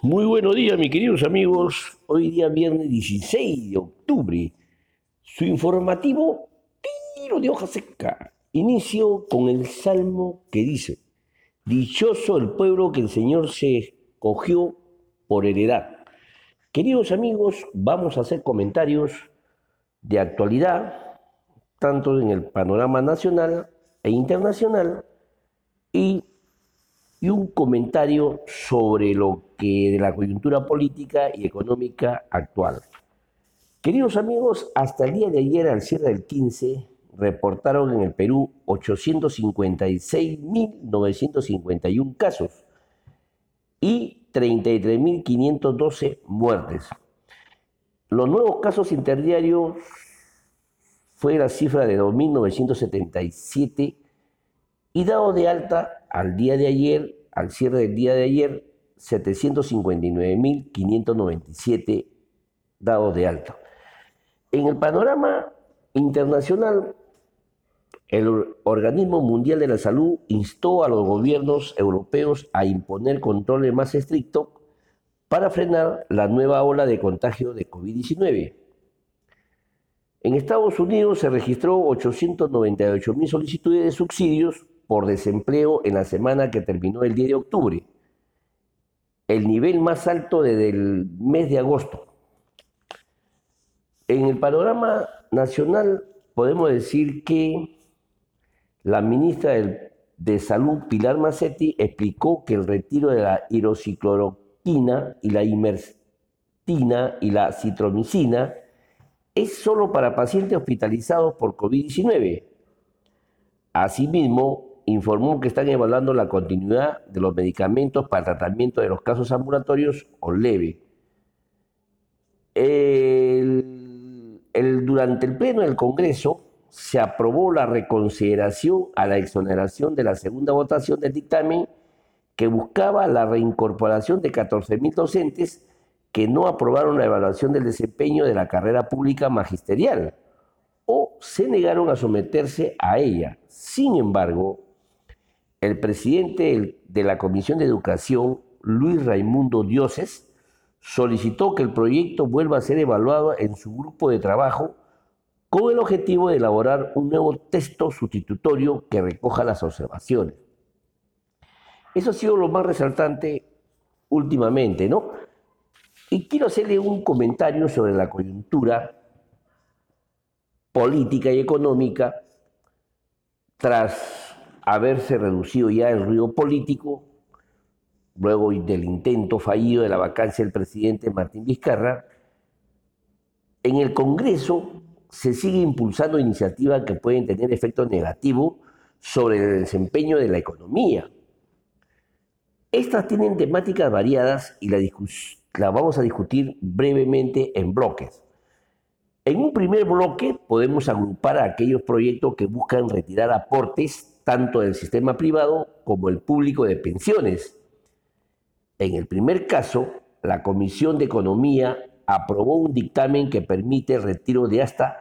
Muy buenos días, mis queridos amigos. Hoy día viernes 16 de octubre. Su informativo tiro de hoja seca. Inicio con el salmo que dice, dichoso el pueblo que el Señor se escogió por heredad. Queridos amigos, vamos a hacer comentarios de actualidad, tanto en el panorama nacional e internacional, y y un comentario sobre lo que de la coyuntura política y económica actual. Queridos amigos, hasta el día de ayer, al cierre del 15, reportaron en el Perú 856.951 casos y 33.512 muertes. Los nuevos casos interdiarios fue la cifra de 2.977 y dado de alta al día de ayer, al cierre del día de ayer, 759.597 dados de alta. En el panorama internacional, el Organismo Mundial de la Salud instó a los gobiernos europeos a imponer controles más estrictos para frenar la nueva ola de contagio de COVID-19. En Estados Unidos se registró 898.000 solicitudes de subsidios por desempleo en la semana que terminó el 10 de octubre, el nivel más alto desde el mes de agosto. En el panorama nacional podemos decir que la ministra de Salud, Pilar Macetti, explicó que el retiro de la hidroxicloroquina y la imerctina y la citromicina es solo para pacientes hospitalizados por COVID-19. Asimismo, informó que están evaluando la continuidad de los medicamentos para el tratamiento de los casos ambulatorios o leve. Durante el pleno del Congreso se aprobó la reconsideración a la exoneración de la segunda votación del dictamen que buscaba la reincorporación de 14.000 docentes que no aprobaron la evaluación del desempeño de la carrera pública magisterial o se negaron a someterse a ella. Sin embargo, el presidente de la Comisión de Educación, Luis Raimundo Dioses, solicitó que el proyecto vuelva a ser evaluado en su grupo de trabajo con el objetivo de elaborar un nuevo texto sustitutorio que recoja las observaciones. Eso ha sido lo más resaltante últimamente, ¿no? Y quiero hacerle un comentario sobre la coyuntura política y económica tras haberse reducido ya el ruido político, luego del intento fallido de la vacancia del presidente Martín Vizcarra. En el Congreso se sigue impulsando iniciativas que pueden tener efectos negativos sobre el desempeño de la economía. Estas tienen temáticas variadas y la vamos a discutir brevemente en bloques. En un primer bloque podemos agrupar a aquellos proyectos que buscan retirar aportes tanto del sistema privado como el público de pensiones. En el primer caso, la Comisión de Economía aprobó un dictamen que permite el retiro de hasta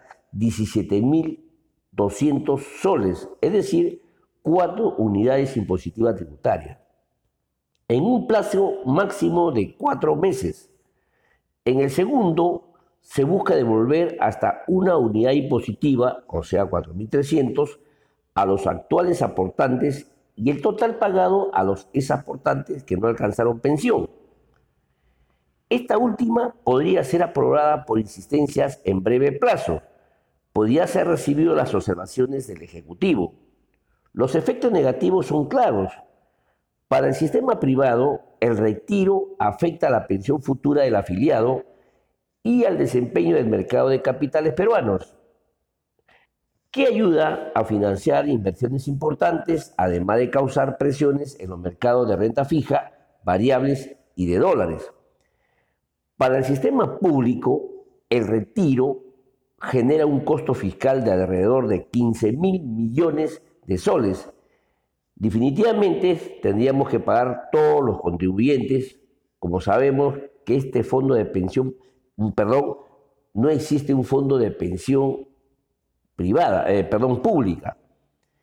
17.200 soles, es decir, 4 unidades impositivas tributarias, en un plazo máximo de 4 meses. En el segundo, se busca devolver hasta una unidad impositiva, o sea, 4.300, a los actuales aportantes y el total pagado a los exaportantes que no alcanzaron pensión. Esta última podría ser aprobada por insistencias en breve plazo. Podría ser recibido las observaciones del Ejecutivo. Los efectos negativos son claros. Para el sistema privado, el retiro afecta a la pensión futura del afiliado y al desempeño del mercado de capitales peruanos, que ayuda a financiar inversiones importantes, además de causar presiones en los mercados de renta fija, variables y de dólares. Para el sistema público, el retiro genera un costo fiscal de alrededor de 15.000 millones de soles. Definitivamente tendríamos que pagar todos los contribuyentes. Como sabemos que este fondo de pensión, no existe un fondo de pensión pública.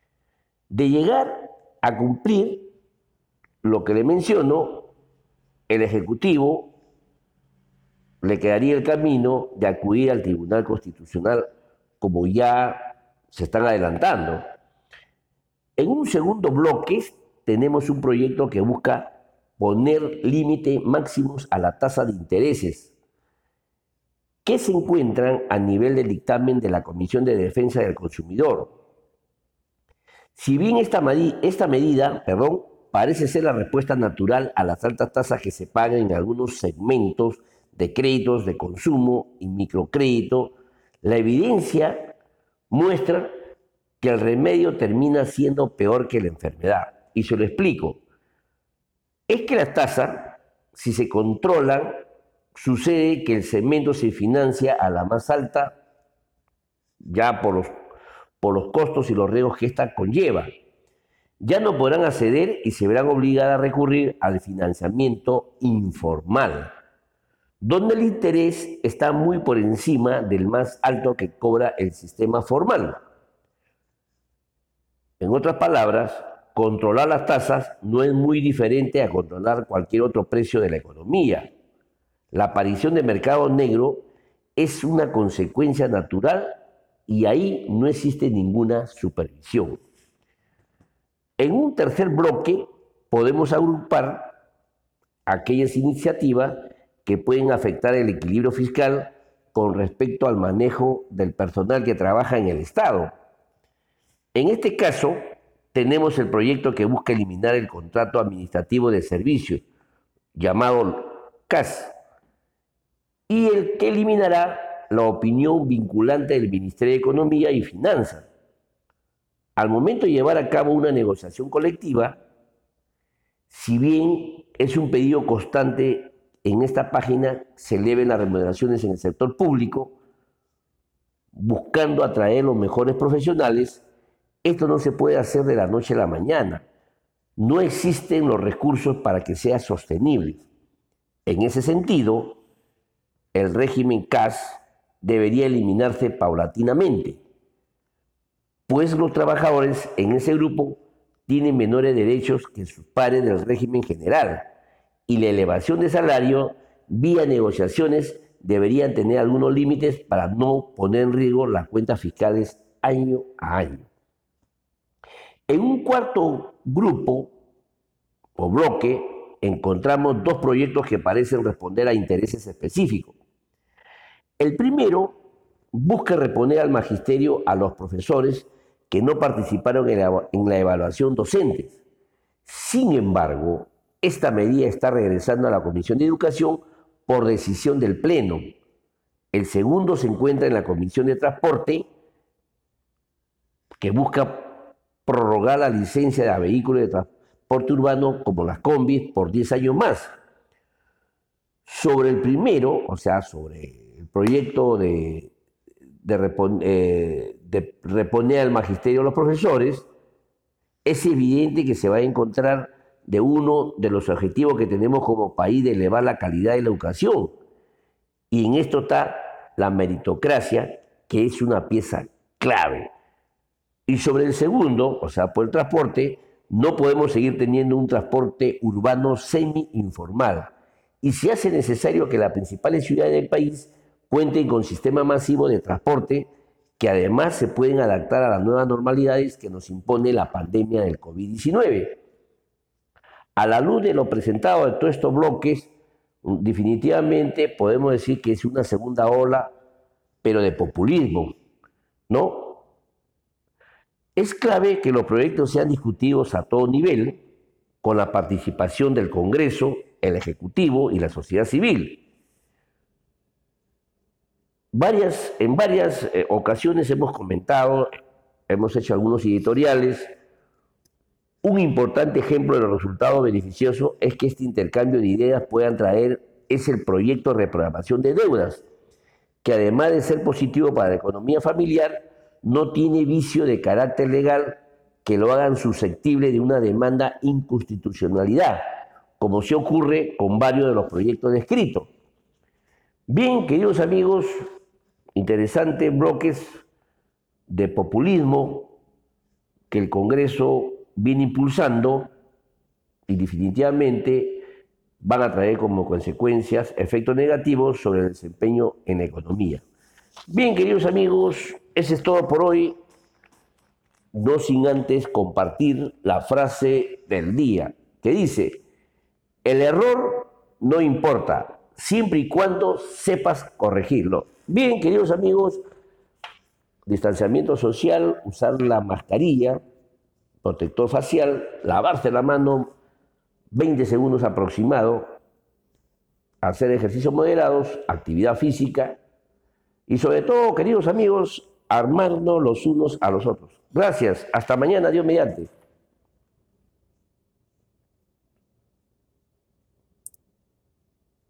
De llegar a cumplir lo que le menciono, el Ejecutivo le quedaría el camino de acudir al Tribunal Constitucional, como ya se están adelantando. En un segundo bloque tenemos un proyecto que busca poner límites máximos a la tasa de intereses que se encuentran a nivel del dictamen de la Comisión de Defensa del Consumidor. Si bien esta medida, parece ser la respuesta natural a las altas tasas que se pagan en algunos segmentos de créditos de consumo y microcrédito, la evidencia muestra que el remedio termina siendo peor que la enfermedad. Y se lo explico. Es que las tasas, si se controlan, sucede que el segmento se financia a la más alta ya por los costos y los riesgos que esta conlleva. Ya no podrán acceder y se verán obligadas a recurrir al financiamiento informal, donde el interés está muy por encima del más alto que cobra el sistema formal. En otras palabras, controlar las tasas no es muy diferente a controlar cualquier otro precio de la economía. La aparición de mercado negro es una consecuencia natural y ahí no existe ninguna supervisión. En un tercer bloque podemos agrupar aquellas iniciativas que pueden afectar el equilibrio fiscal con respecto al manejo del personal que trabaja en el Estado. En este caso, tenemos el proyecto que busca eliminar el contrato administrativo de servicios, llamado CAS, y el que eliminará la opinión vinculante del Ministerio de Economía y Finanzas. Al momento de llevar a cabo una negociación colectiva, si bien es un pedido constante en esta página, se eleven las remuneraciones en el sector público, buscando atraer los mejores profesionales, esto no se puede hacer de la noche a la mañana. No existen los recursos para que sea sostenible. En ese sentido, el régimen CAS debería eliminarse paulatinamente, pues los trabajadores en ese grupo tienen menores derechos que sus pares del régimen general y la elevación de salario vía negociaciones deberían tener algunos límites para no poner en riesgo las cuentas fiscales año a año. En un cuarto grupo o bloque encontramos dos proyectos que parecen responder a intereses específicos. El primero busca reponer al magisterio a los profesores que no participaron en la evaluación docente. Sin embargo, esta medida está regresando a la Comisión de Educación por decisión del Pleno. El segundo se encuentra en la Comisión de Transporte, que busca prorrogar la licencia de vehículos de transporte urbano como las combis por 10 años más. Sobre el primero, o sea, sobre el proyecto de reponer al magisterio a los profesores, es evidente que se va a encontrar de uno de los objetivos que tenemos como país de elevar la calidad de la educación. Y en esto está la meritocracia, que es una pieza clave. Y sobre el segundo, o sea, por el transporte, no podemos seguir teniendo un transporte urbano semi-informal. Y se hace necesario que las principales ciudades del país cuenten con sistemas masivos de transporte que además se pueden adaptar a las nuevas normalidades que nos impone la pandemia del COVID-19. A la luz de lo presentado de todos estos bloques, definitivamente podemos decir que es una segunda ola, pero de populismo, ¿no? Es clave que los proyectos sean discutidos a todo nivel, con la participación del Congreso, el Ejecutivo y la sociedad civil. En varias ocasiones hemos comentado, hemos hecho algunos editoriales. Un importante ejemplo de los resultados beneficiosos es que este intercambio de ideas puedan traer es el proyecto de reprogramación de deudas, que además de ser positivo para la economía familiar, no tiene vicio de carácter legal que lo hagan susceptible de una demanda inconstitucionalidad, como se ocurre con varios de los proyectos descritos. Bien, queridos amigos, interesantes bloques de populismo que el Congreso viene impulsando y definitivamente van a traer como consecuencias efectos negativos sobre el desempeño en la economía. Bien, queridos amigos, eso es todo por hoy. No sin antes compartir la frase del día, que dice: el error no importa, siempre y cuando sepas corregirlo. Bien, queridos amigos, distanciamiento social, usar la mascarilla, protector facial, lavarse la mano 20 segundos aproximado, hacer ejercicios moderados, actividad física y sobre todo, queridos amigos, armarnos los unos a los otros. Gracias, hasta mañana, Dios mediante.